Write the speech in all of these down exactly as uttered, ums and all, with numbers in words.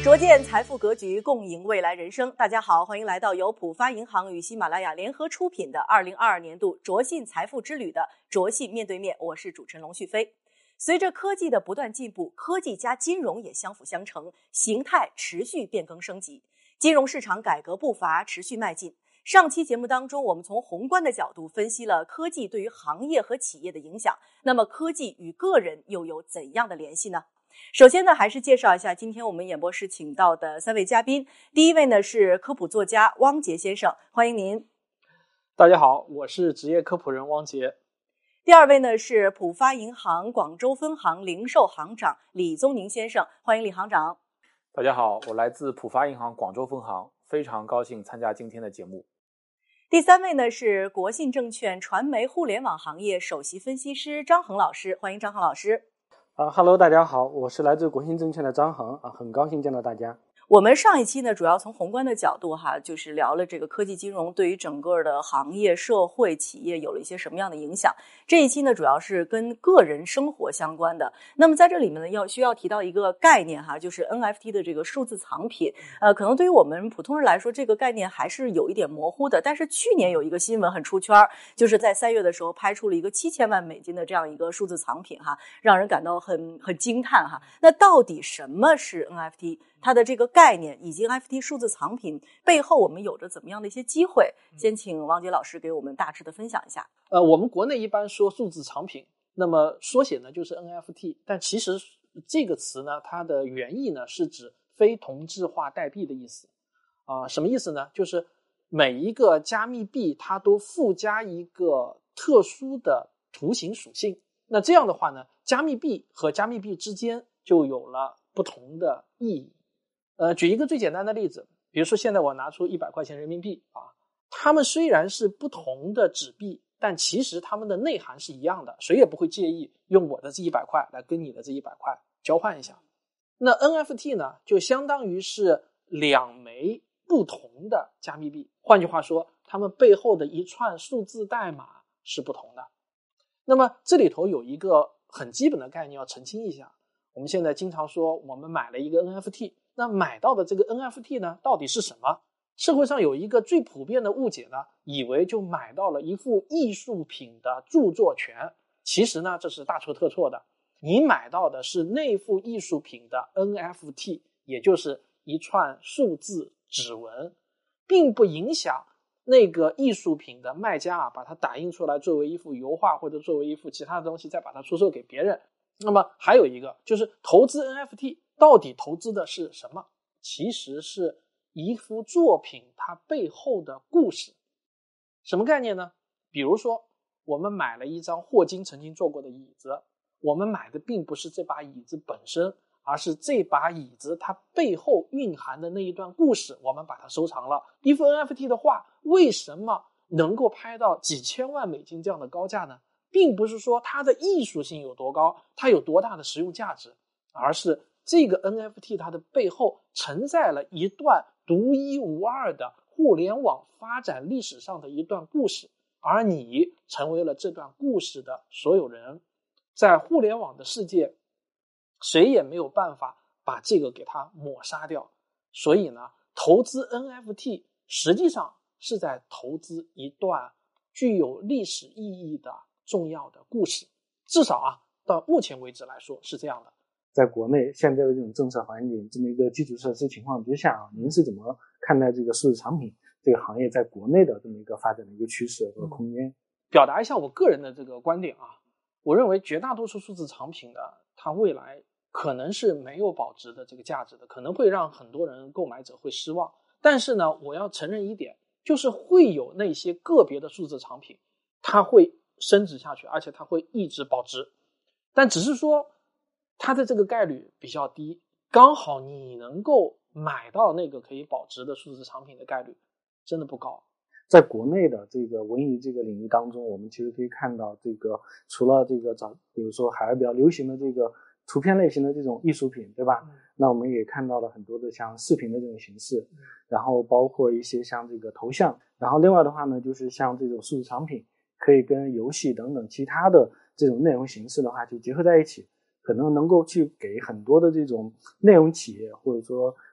卓见财富格局，共赢未来人生。大家好，欢迎来到由浦发银行与喜马拉雅联合出品的二零二二年度卓信财富之旅的卓信面对面，我是主持人龙旭飞。随着科技的不断进步，科技加金融也相辅相成，形态持续变更升级，金融市场改革步伐持续迈进。上期节目当中，我们从宏观的角度分析了科技对于行业和企业的影响，那么科技与个人又有怎样的联系呢？首先呢，还是介绍一下今天我们演播室请到的三位嘉宾。第一位呢是科普作家汪杰先生，欢迎您。 大家好，我是职业科普人汪杰。 第二位呢是浦发银行广州分行零售行长李宗宁先生，欢迎李行长。 大家好，我来自浦发银行广州分行，非常高兴参加今天的节目。 第三位呢是国信证券传媒互联网行业首席分析师张恒老师，欢迎张恒老师。 啊哈喽，大家好，我是来自国信证券的张恒啊，很高兴见到大家。 我们上一期呢，主要从宏观的角度哈，就是聊了这个科技金融对于整个的行业、社会、企业有了一些什么样的影响。这一期呢，主要是跟个人生活相关的。那么在这里面呢，要需要提到一个概念哈，就是 N F T 的这个数字藏品。呃，可能对于我们普通人来说，这个概念还是有一点模糊的。但是去年有一个新闻很出圈，就是在三月的时候拍出了一个七千万美金的这样一个数字藏品哈，让人感到很很惊叹哈。那到底什么是 N F T？它的这个概念以及 N F T 数字藏品背后我们有着怎么样的一些机会，先请王杰老师给我们大致的分享一下。 呃，我们国内一般说数字藏品，那么缩写呢就是 N F T， 但其实这个词呢，它的原意呢是指非同质化代币的意思啊、呃。什么意思呢？就是每一个加密币它都附加一个特殊的图形属性，那这样的话呢，加密币和加密币之间就有了不同的意义。呃，举一个最简单的例子，比如说现在我拿出一百块钱人民币啊，它们虽然是不同的纸币，但其实它们的内涵是一样的，谁也不会介意用我的这一百块来跟你的这一百块交换一下。那 N F T 呢，就相当于是两枚不同的加密币，换句话说，它们背后的一串数字代码是不同的。那么这里头有一个很基本的概念要澄清一下，我们现在经常说我们买了一个 N F T，那买到的这个 N F T 呢，到底是什么？社会上有一个最普遍的误解呢，以为就买到了一幅艺术品的著作权。其实呢，这是大错特错的。你买到的是那幅艺术品的 N F T， 也就是一串数字指纹，并不影响那个艺术品的卖家啊，把它打印出来作为一幅油画或者作为一幅其他的东西，再把它出售给别人。那么还有一个就是投资 N F T。到底投资的是什么？其实是一幅作品它背后的故事。什么概念呢？比如说我们买了一张霍金曾经坐过的椅子，我们买的并不是这把椅子本身，而是这把椅子它背后蕴含的那一段故事，我们把它收藏了。一幅 N F T 的画为什么能够拍到几千万美金这样的高价呢？并不是说它的艺术性有多高，它有多大的实用价值，而是这个 N F T 它的背后承载了一段独一无二的互联网发展历史上的一段故事，而你成为了这段故事的所有人。在互联网的世界，谁也没有办法把这个给它抹杀掉。所以呢，投资 N F T 实际上是在投资一段具有历史意义的重要的故事。至少啊，到目前为止来说是这样的。 在国内现在的这种政策环境，这么一个基础设施情况之下啊，您是怎么看待这个数字产品这个行业在国内的这么一个发展的一个趋势和空间？ 表达一下我个人的这个观点啊，我认为绝大多数数字产品的，它未来可能是没有保值的这个价值的，可能会让很多人购买者会失望。但是呢，我要承认一点，就是会有那些个别的数字产品，它会升值下去，而且它会一直保值。但只是说它的这个概率比较低，刚好你能够买到那个可以保值的数字产品的概率真的不高。 在国内的这个文娱这个领域当中，我们其实可以看到，这个除了这个早，比如说海外比较流行的这个图片类型的这种艺术品，对吧？嗯、那我们也看到了很多的像视频的这种形式，嗯、然后包括一些像这个头像，然后另外的话呢，就是像这种数字产品，可以跟游戏等等其他的这种内容形式的话就结合在一起。可能能够去给很多的这种内容企业或者说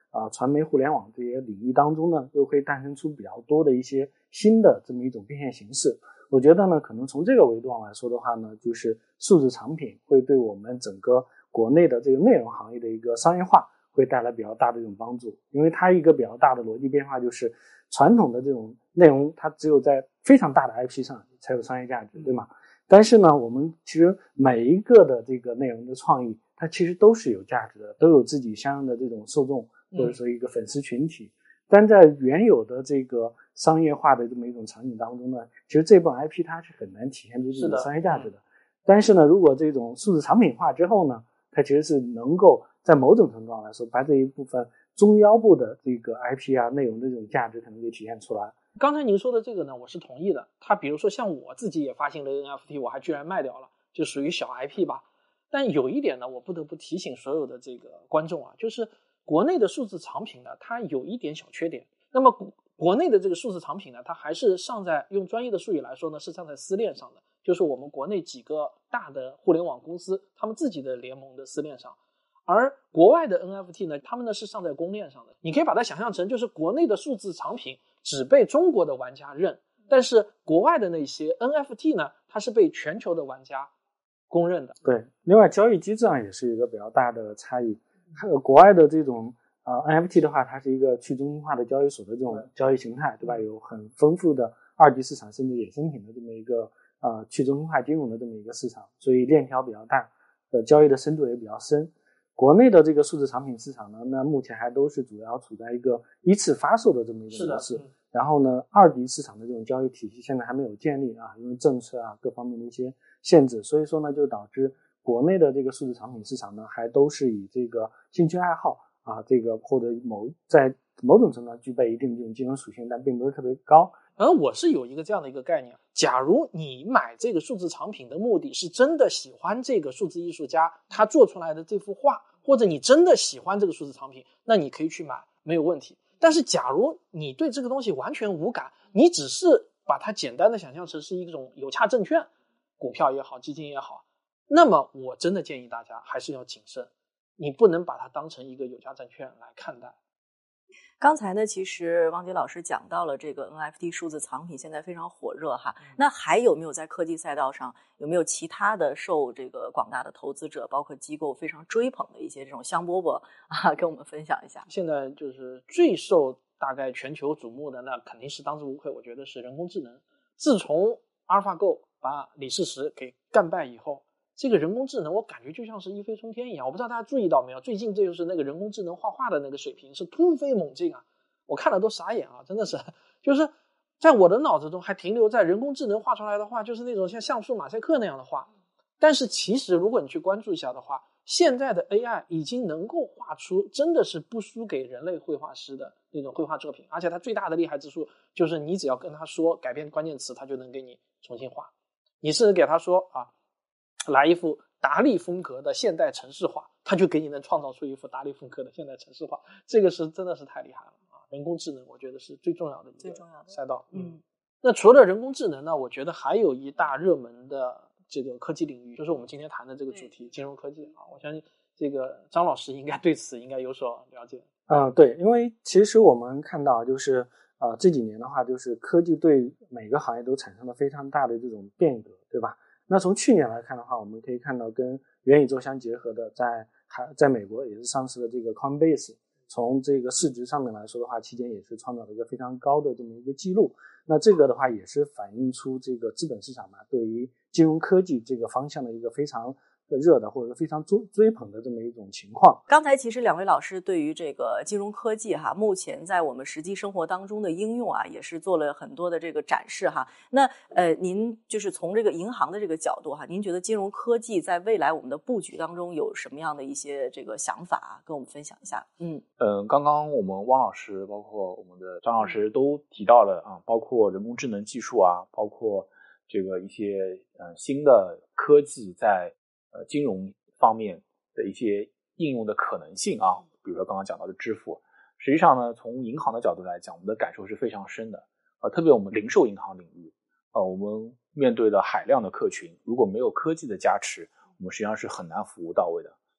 啊、呃、传媒互联网这些领域当中呢，又会诞生出比较多的一些新的这么一种变现形式。我觉得呢，可能从这个维度上来说的话呢，就是数字产品会对我们整个国内的这个内容行业的一个商业化会带来比较大的这种帮助。因为它一个比较大的逻辑变化就是传统的这种内容它只有在非常大的 I P 上才有商业价值，对吗？但是呢，我们其实每一个的这个内容的创意它其实都是有价值的，都有自己相应的这种受众或者说一个粉丝群体、嗯、但在原有的这个商业化的这么一种场景当中呢，其实这部 I P 它是很难体现出这种商业价值的。但是呢，如果这种数字产品化之后呢，它其实是能够在某种程度上来说把这一部分中腰部的这个 I P 啊内容的这种价值可能给体现出来。 刚才您说的这个呢，我是同意的。它比如说像我自己也发行了 N F T， 我还居然卖掉了，就属于小 I P 吧。但有一点呢，我不得不提醒所有的这个观众啊，就是国内的数字藏品呢，它有一点小缺点。那么国内的这个数字藏品呢，它还是上在，用专业的术语来说呢，是上在私链上的，就是我们国内几个大的互联网公司他们自己的联盟的私链上。而国外的 N F T 呢，他们呢是上在公链上的。你可以把它想象成，就是国内的数字藏品只被中国的玩家认，但是国外的那些 N F T 呢，它是被全球的玩家公认的。 对，另外交易机制上也是一个比较大的差异。国外的这种呃 N F T 的话，它是一个去中心化的交易所的这种交易形态，对吧？有很丰富的二级市场甚至衍生品的这么一个呃去中心化金融的这么一个市场，所以链条比较大，呃交易的深度也比较深。国内的这个数字产品市场呢，那目前还都是主要处在一个依次发售的这么一个模式。 嗯、 然后呢，二级市场的这种交易体系现在还没有建立啊，因为政策啊各方面的一些限制，所以说呢，就导致国内的这个数字产品市场呢，还都是以这个兴趣爱好啊，这个或者某在某种程度上具备一定的这种金融属性，但并不是特别高。 而我是有一个这样的一个概念，假如你买这个数字藏品的目的是真的喜欢这个数字艺术家他做出来的这幅画，或者你真的喜欢这个数字藏品，那你可以去买，没有问题。但是假如你对这个东西完全无感，你只是把它简单的想象成是一种有价证券，股票也好，基金也好，那么我真的建议大家还是要谨慎，你不能把它当成一个有价证券来看待。 刚才呢，其实汪杰老师讲到了这个 N F T 数字藏品现在非常火热哈，那还有没有在科技赛道上有没有其他的受这个广大的投资者包括机构非常追捧的一些这种香饽饽啊，跟我们分享一下？ 现在就是最受大概全球瞩目的，那肯定是当之无愧，我觉得是人工智能。自从 AlphaGo 把李世石给干败以后，这个人工智能我感觉就像是一飞冲天一样，我不知道大家注意到没有，最近这就是那个人工智能画画的那个水平是突飞猛进啊，我看了都傻眼啊，真的是，就是在我的脑子中还停留在人工智能画出来的画就是那种像像素马赛克那样的画，但是其实如果你去关注一下的话，现在的 A I 已经能够画出真的是不输给人类绘画师的那种绘画作品，而且它最大的厉害之处就是你只要跟他说改变关键词，它就能给你重新画。你甚至给他说啊，来一幅达利风格的现代城市画，他就给你能创造出一幅达利风格的现代城市画，这个是真的是太厉害了啊！人工智能我觉得是最重要的一个赛道。 嗯， 那除了人工智能呢，我觉得还有一大热门的这个科技领域，就是我们今天谈的这个主题金融科技啊。我相信这个张老师应该对此应该有所了解。 嗯、呃，对，因为其实我们看到就是呃这几年的话，就是科技对每个行业都产生了非常大的这种变革，对吧？那从去年来看的话，我们可以看到跟元宇宙相结合的，在还在美国也是上市的这个 Coinbase， 从这个市值上面来说的话，期间也是创造了一个非常高的这么一个记录。那这个的话也是反映出这个资本市场嘛，对于金融科技这个方向的一个非常热的或者非常追追捧的这么一种情况。 刚才其实两位老师对于这个金融科技哈，目前在我们实际生活当中的应用啊，也是做了很多的这个展示哈。那呃，您就是从这个银行的这个角度哈，您觉得金融科技在未来我们的布局当中有什么样的一些这个想法啊，跟我们分享一下？嗯嗯，刚刚我们汪老师包括我们的张老师都提到了啊，包括人工智能技术啊，包括这个一些呃新的科技在呃金融方面的一些应用的可能性啊，比如说刚刚讲到的支付，实际上呢，从银行的角度来讲，我们的感受是非常深的。呃，特别我们零售银行领域，呃，我们面对的海量的客群，如果没有科技的加持，我们实际上是很难服务到位的。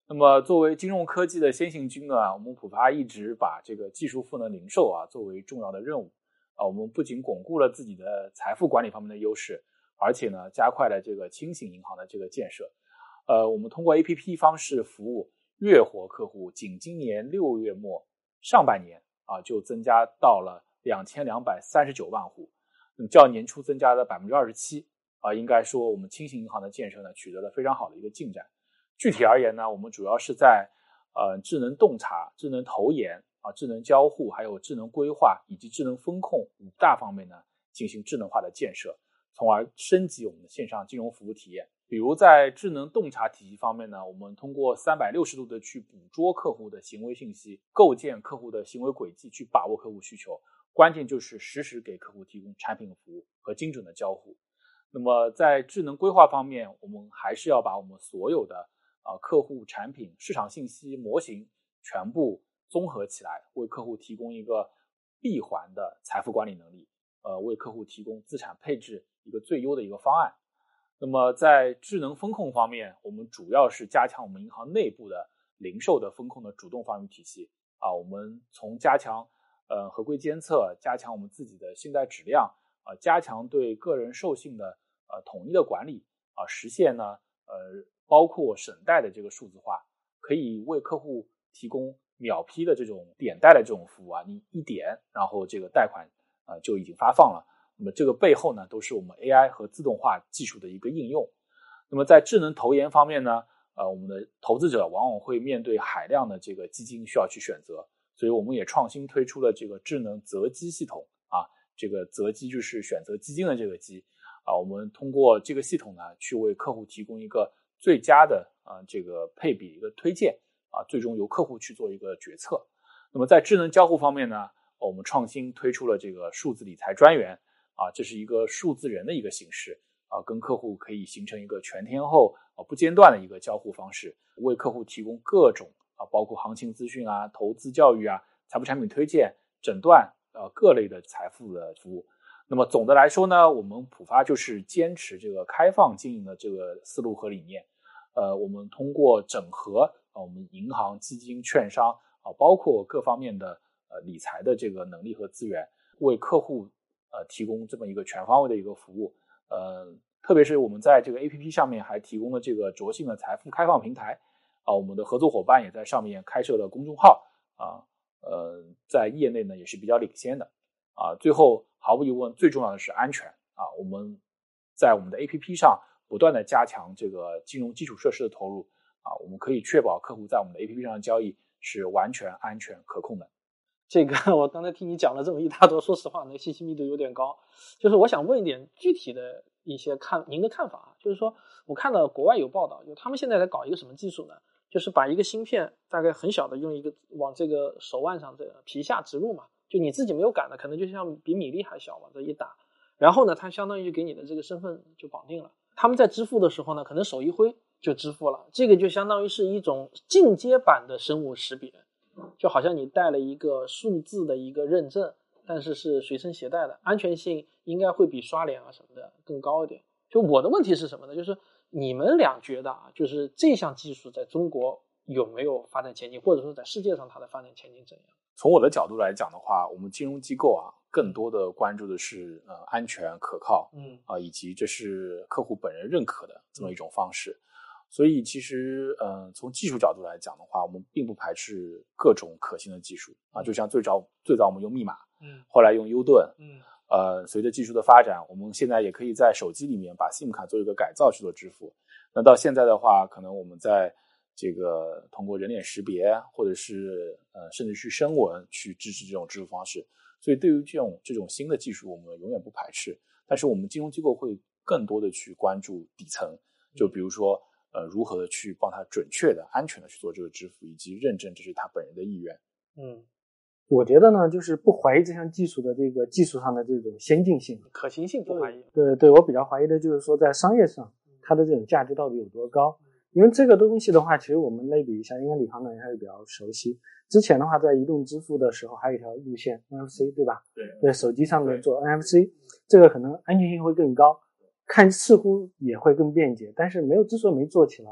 那么作为金融科技的先行军呢，我们普发一直把这个技术赋能零售啊作为重要的任务啊。我们不仅巩固了自己的财富管理方面的优势，而且呢加快了这个轻型银行的这个建设。呃，我们通过 A P P 方式服务月活客户，仅今年六月末上半年啊就增加到了两千两百三十九万户，那么较年初增加了 百分之二十七 啊。应该说我们轻型银行的建设呢取得了非常好的一个进展。具体而言呢，我们主要是在呃智能洞察、智能投研啊、智能交互、还有智能规划以及智能风控五大方面呢进行智能化的建设，从而升级我们的线上金融服务体验。比如在智能洞察体系方面呢，我们通过三百六十度的去捕捉客户的行为信息，构建客户的行为轨迹，去把握客户需求。关键就是实时给客户提供产品服务和精准的交互。那么在智能规划方面，我们还是要把我们所有的呃客户产品市场信息模型全部综合起来，为客户提供一个闭环的财富管理能力，呃，为客户提供资产配置一个最优的一个方案。那么在智能风控方面，我们主要是加强我们银行内部的零售的风控的主动防御体系啊。我们从加强呃合规监测，加强我们自己的信贷质量啊，加强对个人授信的呃统一的管理啊，实现呢呃包括省贷的这个数字化，可以为客户提供秒批的这种点贷的这种服务啊，你一点然后这个贷款呃就已经发放了。那么这个背后呢，都是我们 A I 和自动化技术的一个应用。那么在智能投研方面呢，呃，我们的投资者往往会面对海量的这个基金需要去选择，所以我们也创新推出了这个智能择基系统啊，这个择基就是选择基金的这个基啊，我们通过这个系统呢，去为客户提供一个最佳的啊这个配比一个推荐啊，最终由客户去做一个决策。那么在智能交互方面呢，我们创新推出了这个数字理财专员。啊，这是一个数字人的一个形式啊，跟客户可以形成一个全天候啊不间断的一个交互方式，为客户提供各种啊，包括行情资讯啊、投资教育啊、财富产品推荐、诊断呃各类的财富的服务。那么总的来说呢，我们普发就是坚持这个开放经营的这个思路和理念。呃，我们通过整合啊，我们银行、基金、券商啊，包括各方面的呃理财的这个能力和资源，为客户。呃，提供这么一个全方位的一个服务，呃，特别是我们在这个 A P P 上面还提供了这个卓信的财富开放平台，啊，我们的合作伙伴也在上面开设了公众号，啊，呃，在业内呢也是比较领先的，啊，最后毫无疑问最重要的是安全，啊，我们在我们的 A P P 上不断的加强这个金融基础设施的投入，啊，我们可以确保客户在我们的 A P P 上的交易是完全安全可控的。 这个我刚才听你讲了这么一大多，说实话，那个信息密度有点高。就是我想问一点具体的一些看您的看法，就是说我看到国外有报道，就他们现在在搞一个什么技术呢？就是把一个芯片大概很小的用一个往这个手腕上这个皮下植入嘛，就你自己没有感的，可能就像比米粒还小嘛，这一打，然后呢，它相当于给你的这个身份就绑定了。他们在支付的时候呢，可能手一挥就支付了，这个就相当于是一种进阶版的生物识别。就好像你带了一个数字的一个认证，但是是随身携带的，安全性应该会比刷脸啊什么的更高一点。就我的问题是什么呢？就是你们俩觉得啊，就是这项技术在中国有没有发展前景，或者说在世界上它的发展前景怎样？ 从我的角度来讲的话，我们金融机构啊，更多的关注的是呃安全可靠，嗯啊、呃，以及这是客户本人认可的这么一种方式。所以其实呃从技术角度来讲的话，我们并不排斥各种可行的技术啊，就像最早最早我们用密码，嗯，后来用 U 盾，嗯，呃随着技术的发展，我们现在也可以在手机里面把 SIM 卡做一个改造去做支付。那到现在的话，可能我们在这个通过人脸识别或者是呃甚至是声纹去支持这种支付方式。所以对于这种这种新的技术，我们永远不排斥，但是我们金融机构会更多的去关注底层，就比如说呃，如何的去帮他准确的、安全的去做这个支付，以及认证这是他本人的意愿。 嗯，我觉得呢，就是不怀疑这项技术的这个技术上的这种先进性、 可行性，不怀疑。 对对，对我比较怀疑的就是说，在商业上它的这种价值到底有多高？因为这个东西的话，其实我们类比一下，应该李行长也还是比较熟悉。之前的话，在移动支付的时候，还有一条路线 N F C， 对吧？对，对，手机上面做 N F C， 这个可能安全性会更高。看似乎也会更便捷，但是没有之所以没做起来，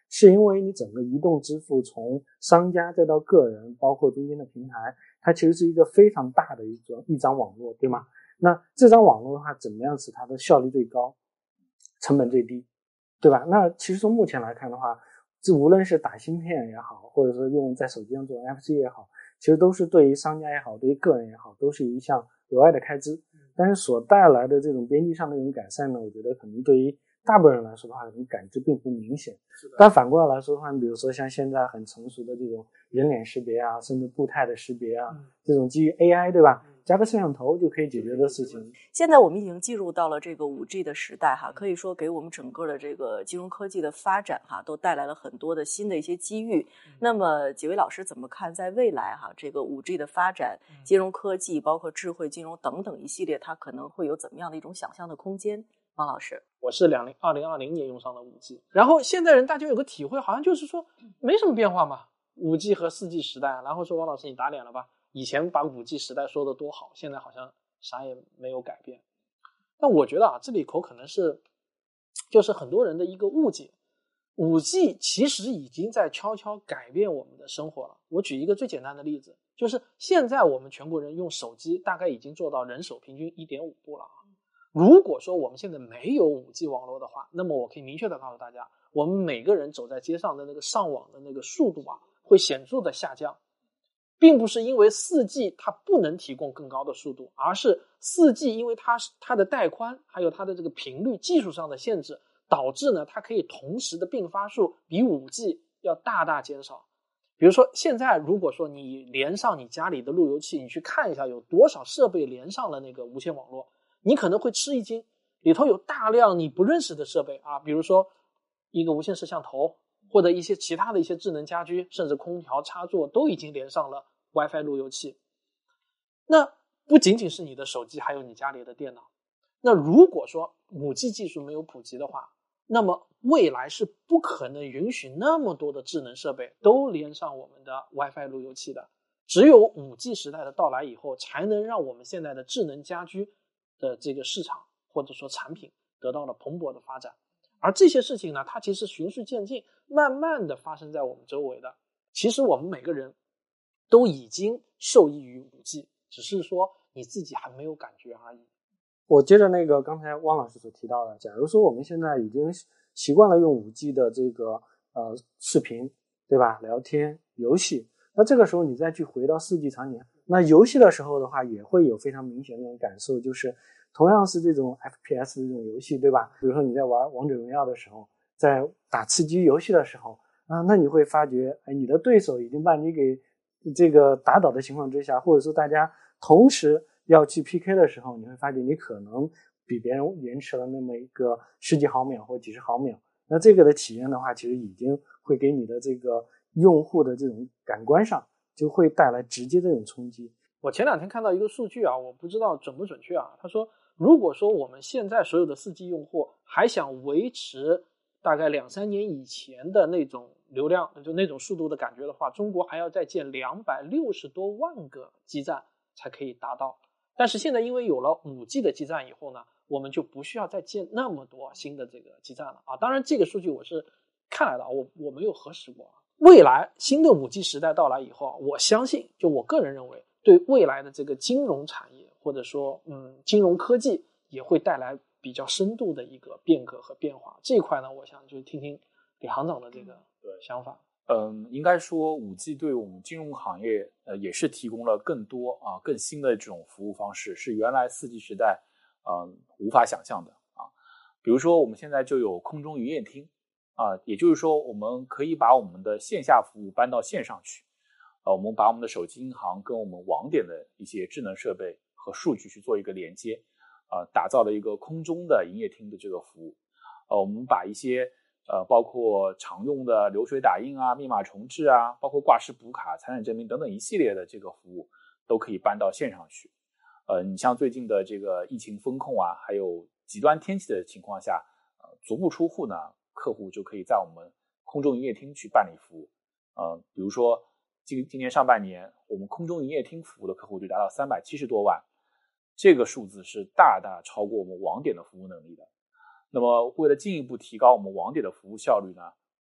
是因为你整个移动支付从商家再到个人，包括中间的平台，它其实是一个非常大的一张一张网络，对吗？那这张网络的话，怎么样使它的效率最高，成本最低，对吧？那其实从目前来看的话，这无论是打芯片也好，或者说用在手机上做 N F C 也好，其实都是对于商家也好，对于个人也好，都是一项额外的开支。但是所带来的这种边际上的一种改善呢，我觉得可能对于大部分人来说的话，可能感知并不明显。但反过来来说的话，比如说像现在很成熟的这种人脸识别啊，甚至步态的识别啊，嗯、这种基于 A I， 对吧？加个摄像头就可以解决的事情。 现在我们已经进入到了这个 五 G 的时代哈，可以说给我们整个的这个金融科技的发展哈，都带来了很多的新的一些机遇。嗯、那么几位老师怎么看在未来哈，这个 五 G 的发展，金融科技包括智慧金融等等一系列，它可能会有怎么样的一种想象的空间？王老师， 我是两零二零二零年用上的 五 G， 然后现在人大家有个体会，好像就是说没什么变化嘛， 五 G 和 四 G 时代，然后说王老师你打脸了吧，以前把 五 G 时代说的多好，现在好像啥也没有改变。但我觉得啊，这里口可能是就是很多人的一个误解， 五 G 其实已经在悄悄改变我们的生活了。我举一个最简单的例子，就是现在我们全国人用手机大概已经做到人手平均 一点五 部了啊。如果说我们现在没有 五 G 网络的话，那么我可以明确的告诉大家，我们每个人走在街上的那个上网的那个速度啊，会显著的下降。并不是因为 四 G 它不能提供更高的速度，而是 四 G 因为它它的带宽还有它的这个频率技术上的限制，导致呢它可以同时的并发数比 五 G 要大大减少。比如说现在如果说你连上你家里的路由器，你去看一下有多少设备连上了那个无线网络，你可能会吃一惊，里头有大量你不认识的设备啊，比如说一个无线摄像头，或者一些其他的一些智能家居，甚至空调插座都已经连上了 WiFi 路由器。那不仅仅是你的手机，还有你家里的电脑。那如果说 五 G 技术没有普及的话，那么未来是不可能允许那么多的智能设备都连上我们的 WiFi 路由器的。只有 五 G 时代的到来以后，才能让我们现在的智能家居的这个市场或者说产品得到了蓬勃的发展。而这些事情呢，它其实循序渐进，慢慢的发生在我们周围的。其实我们每个人都已经受益于 五 G， 只是说你自己还没有感觉而已。 我接着那个刚才汪老师所提到的，假如说我们现在已经习惯了用 五 G 的这个呃视频，对吧？聊天、游戏，那这个时候你再去回到 四 G 场景，那游戏的时候的话，也会有非常明显的那种感受，就是同样是这种 F P S 的这种游戏，对吧？比如说你在玩王者荣耀的时候，在打吃鸡游戏的时候啊，那你会发觉，哎，你的对手已经把你给这个打倒的情况之下，或者说大家同时要去 P K 的时候，你会发觉你可能比别人延迟了那么一个十几毫秒或几十毫秒。那这个的体验的话，其实已经会给你的这个用户的这种感官上就会带来直接这种冲击。 我前两天看到一个数据啊，我不知道准不准确啊。他说，如果说我们现在所有的 四 G 用户还想维持大概两三年以前的那种流量，就那种速度的感觉的话，中国还要再建两百六十多万个基站才可以达到。但是现在因为有了 五 G 的基站以后呢，我们就不需要再建那么多新的这个基站了啊。当然这个数据我是看来的，我我没有核实过。未来新的 五 G 时代到来以后，我相信就我个人认为，对未来的这个金融产业或者说嗯金融科技也会带来比较深度的一个变革和变化。这一块呢，我想就听听李行长的这个想法。 嗯，应该说 五 G 对我们金融行业呃也是提供了更多啊更新的这种服务方式，是原来 四 G 时代嗯无法想象的啊。比如说我们现在就有空中营业厅啊，也就是说我们可以把我们的线下服务搬到线上去。呃，我们把我们的手机银行跟我们网点的一些智能设备和数据去做一个连接，呃，打造了一个空中的营业厅的这个服务。呃，我们把一些呃，包括常用的流水打印啊、密码重置啊，包括挂失补卡、财产证明等等一系列的这个服务，都可以搬到线上去。呃，你像最近的这个疫情风控啊，还有极端天气的情况下，呃，足不出户呢，客户就可以在我们空中营业厅去办理服务。呃，比如说今今年上半年，我们空中营业厅服务的客户就达到三百七十多万，这个数字是大大超过我们网点的服务能力的。那么为了进一步提高我们网点的服务效率呢，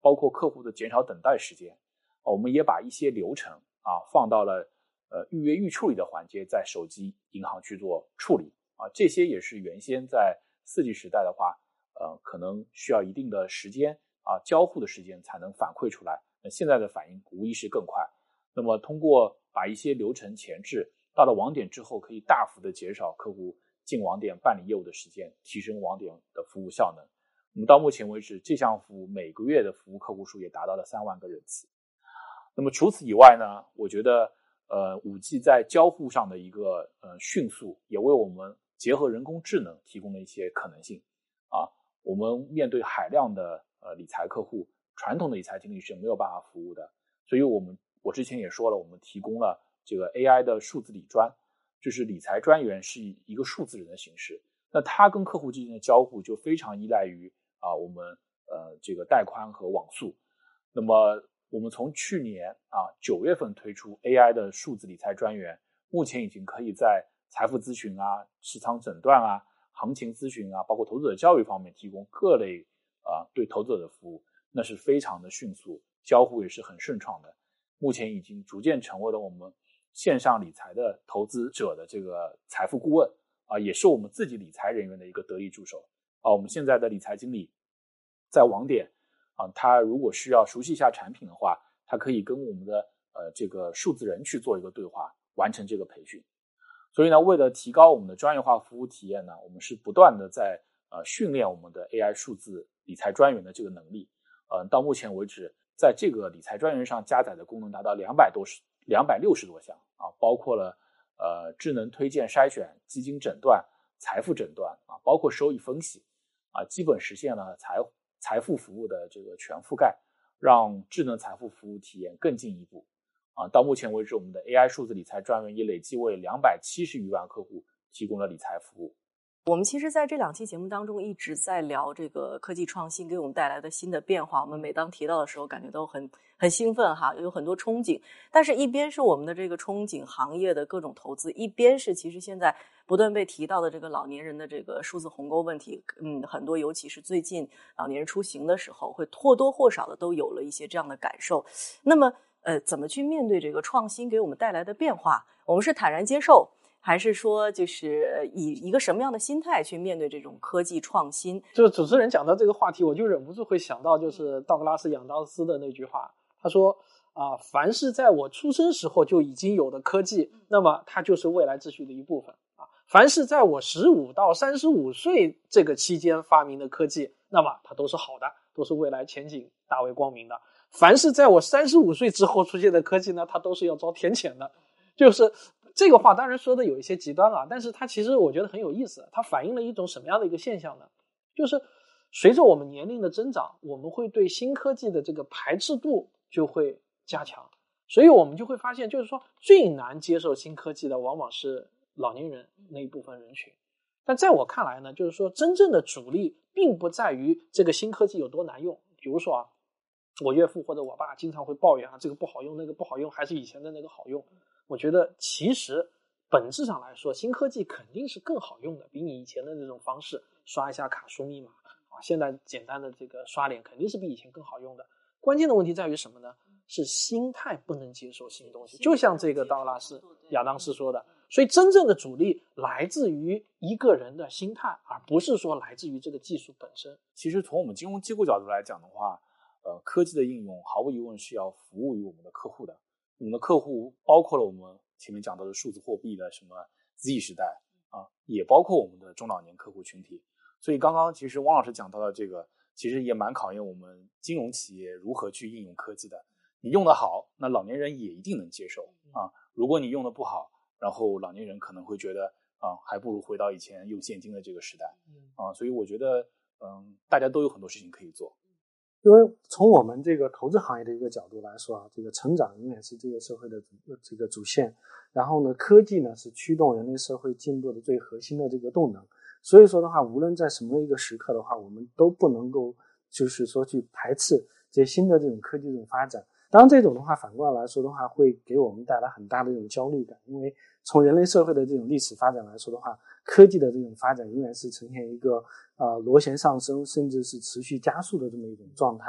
包括客户的减少等待时间，啊、我们也把一些流程啊放到了呃预约预处理的环节，在手机银行去做处理啊，这些也是原先在 四 G 时代的话，呃可能需要一定的时间啊交互的时间才能反馈出来，那现在的反应无疑是更快。那么通过把一些流程前置，到了网点之后，可以大幅的减少客户进网点办理业务的时间，提升网点的服务效能。那么到目前为止，这项服务每个月的服务客户数也达到了三万个人次。那么除此以外呢，我觉得呃 五 G 在交互上的一个呃迅速，也为我们结合人工智能提供了一些可能性啊。我们面对海量的呃理财客户，传统的理财经理是没有办法服务的，所以我们我之前也说了，我们提供了这个 A I 的数字理专，就是理财专员是以一个数字人的形式，那他跟客户之间的交互就非常依赖于啊我们呃这个带宽和网速。那么我们从去年啊九月份推出 A I 的数字理财专员，目前已经可以在财富咨询啊、市场诊断啊、行情咨询啊，包括投资者教育方面提供各类啊对投资者的服务，那是非常的迅速，交互也是很顺畅的。目前已经逐渐成为了我们线上理财的投资者的这个财富顾问啊，也是我们自己理财人员的一个得力助手啊。我们现在的理财经理在网点啊，他如果需要熟悉一下产品的话，他可以跟我们的呃这个数字人去做一个对话，完成这个培训。所以呢，为了提高我们的专业化服务体验呢，我们是不断的在呃训练我们的 A I 数字理财专员的这个能力。呃，到目前为止，在这个理财专员上加载的功能达到两百多十两百六十多项啊，包括了呃智能推荐筛选、基金诊断、财富诊断啊，包括收益分析啊，基本实现了财财富服务的这个全覆盖，让智能财富服务体验更进一步啊。到目前为止，我们的 A I 数字理财专员也累计为两百七十余万客户提供了理财服务。 我们其实在这两期节目当中一直在聊这个科技创新给我们带来的新的变化，我们每当提到的时候感觉都很很兴奋哈，有很多憧憬。但是一边是我们的这个憧憬行业的各种投资，一边是其实现在不断被提到的这个老年人的这个数字鸿沟问题。嗯，很多尤其是最近老年人出行的时候，会或多或少的都有了一些这样的感受。那么呃，怎么去面对这个创新给我们带来的变化？我们是坦然接受，还是说就是以一个什么样的心态去面对这种科技创新？ 就是主持人讲到这个话题，我就忍不住会想到就是道格拉斯·杨道斯的那句话，他说啊，凡是在我出生时候就已经有的科技，那么它就是未来秩序的一部分啊。凡是在我十五到三十五岁这个期间发明的科技，那么它都是好的，都是未来前景大为光明的。凡是在我三十五岁之后出现的科技呢，它都是要遭天谴的。就是这个话当然说的有一些极端了，但是它其实我觉得很有意思，它反映了一种什么样的一个现象呢？就是随着我们年龄的增长，我们会对新科技的这个排斥度就会加强，所以我们就会发现，就是说最难接受新科技的往往是老年人那一部分人群。但在我看来呢，就是说真正的主力并不在于这个新科技有多难用。比如说啊，我岳父或者我爸经常会抱怨啊，这个不好用，那个不好用，还是以前的那个好用。我觉得其实本质上来说，新科技肯定是更好用的，比你以前的那种方式刷一下卡输密码啊，现在简单的这个刷脸肯定是比以前更好用的。关键的问题在于什么呢？是心态不能接受新东西，就像这个道格拉斯·亚当斯说的。所以真正的阻力来自于一个人的心态，而不是说来自于这个技术本身。 其实从我们金融机构角度来讲的话，呃，科技的应用毫无疑问是要服务于我们的客户的。我们的客户包括了我们前面讲到的数字货币的什么 Z 时代啊，也包括我们的中老年客户群体。所以刚刚其实汪老师讲到的这个，其实也蛮考验我们金融企业如何去应用科技的。你用得好，那老年人也一定能接受啊。如果你用得不好，然后老年人可能会觉得啊，还不如回到以前用现金的这个时代啊。所以我觉得，嗯，大家都有很多事情可以做。 因为从我们这个投资行业的一个角度来说啊，这个成长永远是这个社会的这个主线，然后呢，科技呢是驱动人类社会进步的最核心的这个动能。所以说的话，无论在什么一个时刻的话，我们都不能够就是说去排斥这些新的这种科技这种发展。当然这种的话反过来说的话，会给我们带来很大的这种焦虑感，因为从人类社会的这种历史发展来说的话，科技的这种发展永远是呈现一个呃螺旋上升甚至是持续加速的这么一种状态。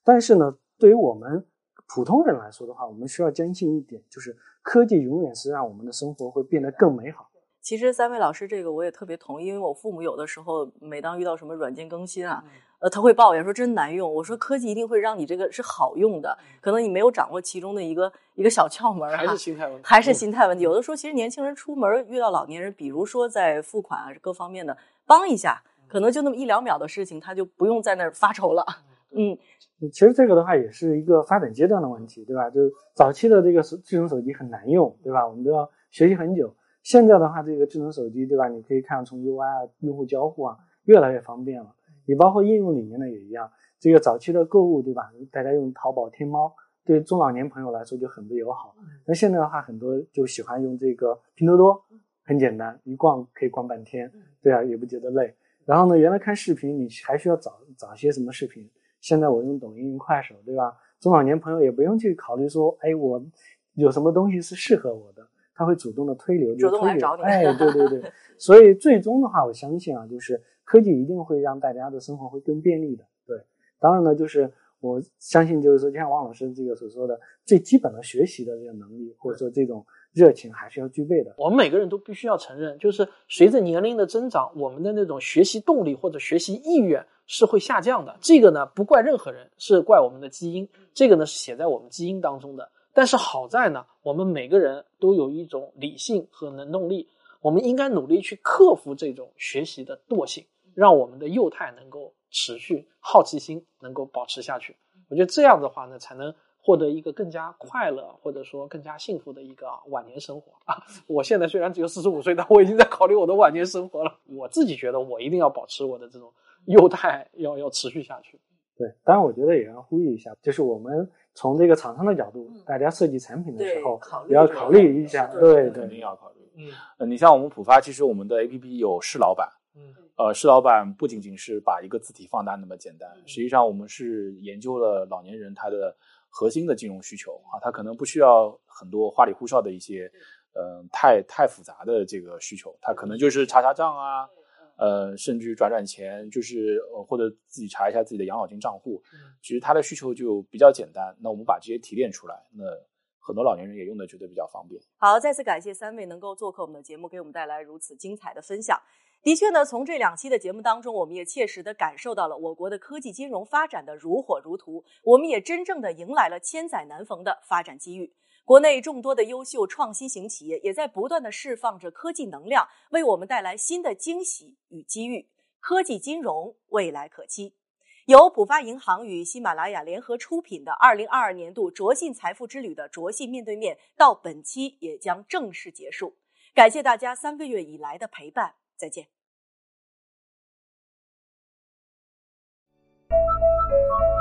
但是呢，对于我们普通人来说的话，我们需要坚信一点，就是科技永远是让我们的生活会变得更美好。 其实三位老师这个我也特别同意，因为我父母有的时候每当遇到什么软件更新啊，呃，他会抱怨说真难用。我说科技一定会让你这个是好用的，可能你没有掌握其中的一个一个小窍门， 还是心态问题， 还是心态问题。有的时候其实年轻人出门遇到老年人，比如说在付款啊各方面的帮一下，可能就那么一两秒的事情，他就不用在那儿发愁了。嗯， 其实这个的话也是一个发展阶段的问题，对吧？就是早期的这个智能手机很难用，对吧？我们都要学习很久。现在的话，这个智能手机，对吧？你可以看从 U I 啊、用户交互啊，越来越方便了。也包括应用里面呢也一样。这个早期的购物，对吧？大家用淘宝、天猫，对中老年朋友来说就很不友好。那现在的话，很多就喜欢用这个拼多多，很简单，一逛可以逛半天，对啊，也不觉得累。然后呢，原来看视频你还需要找找些什么视频，现在我用抖音、用快手，对吧？中老年朋友也不用去考虑说，哎，我有什么东西是适合我的。他会主动的推流， 主动来找你。 哎，对对对，所以最终的话，我相信啊，就是科技一定会让大家的生活会更便利的。对，当然呢，就是我相信，就是说，就像王老师这个所说的，最基本的学习的这个能力，或者说这种热情，还是要具备的。 我们每个人都必须要承认，就是随着年龄的增长，我们的那种学习动力或者学习意愿是会下降的。这个呢，不怪任何人，是怪我们的基因。这个呢，是写在我们基因当中的。但是好在呢，我们每个人都有一种理性和能动力，我们应该努力去克服这种学习的惰性，让我们的幼态能够持续，好奇心能够保持下去。我觉得这样的话呢，才能获得一个更加快乐或者说更加幸福的一个晚年生活啊！我现在虽然只有四十五岁，但我已经在考虑我的晚年生活了。我自己觉得我一定要保持我的这种幼态，要要持续下去。 对，当然我觉得也要呼吁一下，就是我们从这个厂商的角度，大家设计产品的时候也要考虑一下。对对， 肯定要考虑。嗯，呃，你像我们浦发，其实我们的 A P P 有试老板。嗯，呃，试老板不仅仅是把一个字体放大那么简单，实际上我们是研究了老年人他的核心的金融需求啊，他可能不需要很多花里胡哨的一些，呃，太太复杂的这个需求，他可能就是查查账啊。呃，甚至转转钱，就是呃，或者自己查一下自己的养老金账户，其实他的需求就比较简单。那我们把这些提炼出来，那很多老年人也用的觉得比较方便。 好，再次感谢三位能够做客我们的节目，给我们带来如此精彩的分享。的确呢，从这两期的节目当中，我们也切实的感受到了我国的科技金融发展的如火如荼，我们也真正的迎来了千载难逢的发展机遇。国内众多的优秀创新型企业也在不断的释放着科技能量，为我们带来新的惊喜与机遇。科技金融未来可期。由浦发银行与喜马拉雅联合出品的二零二二年度卓信财富之旅的卓信面对面，到本期也将正式结束。感谢大家三个月以来的陪伴，再见。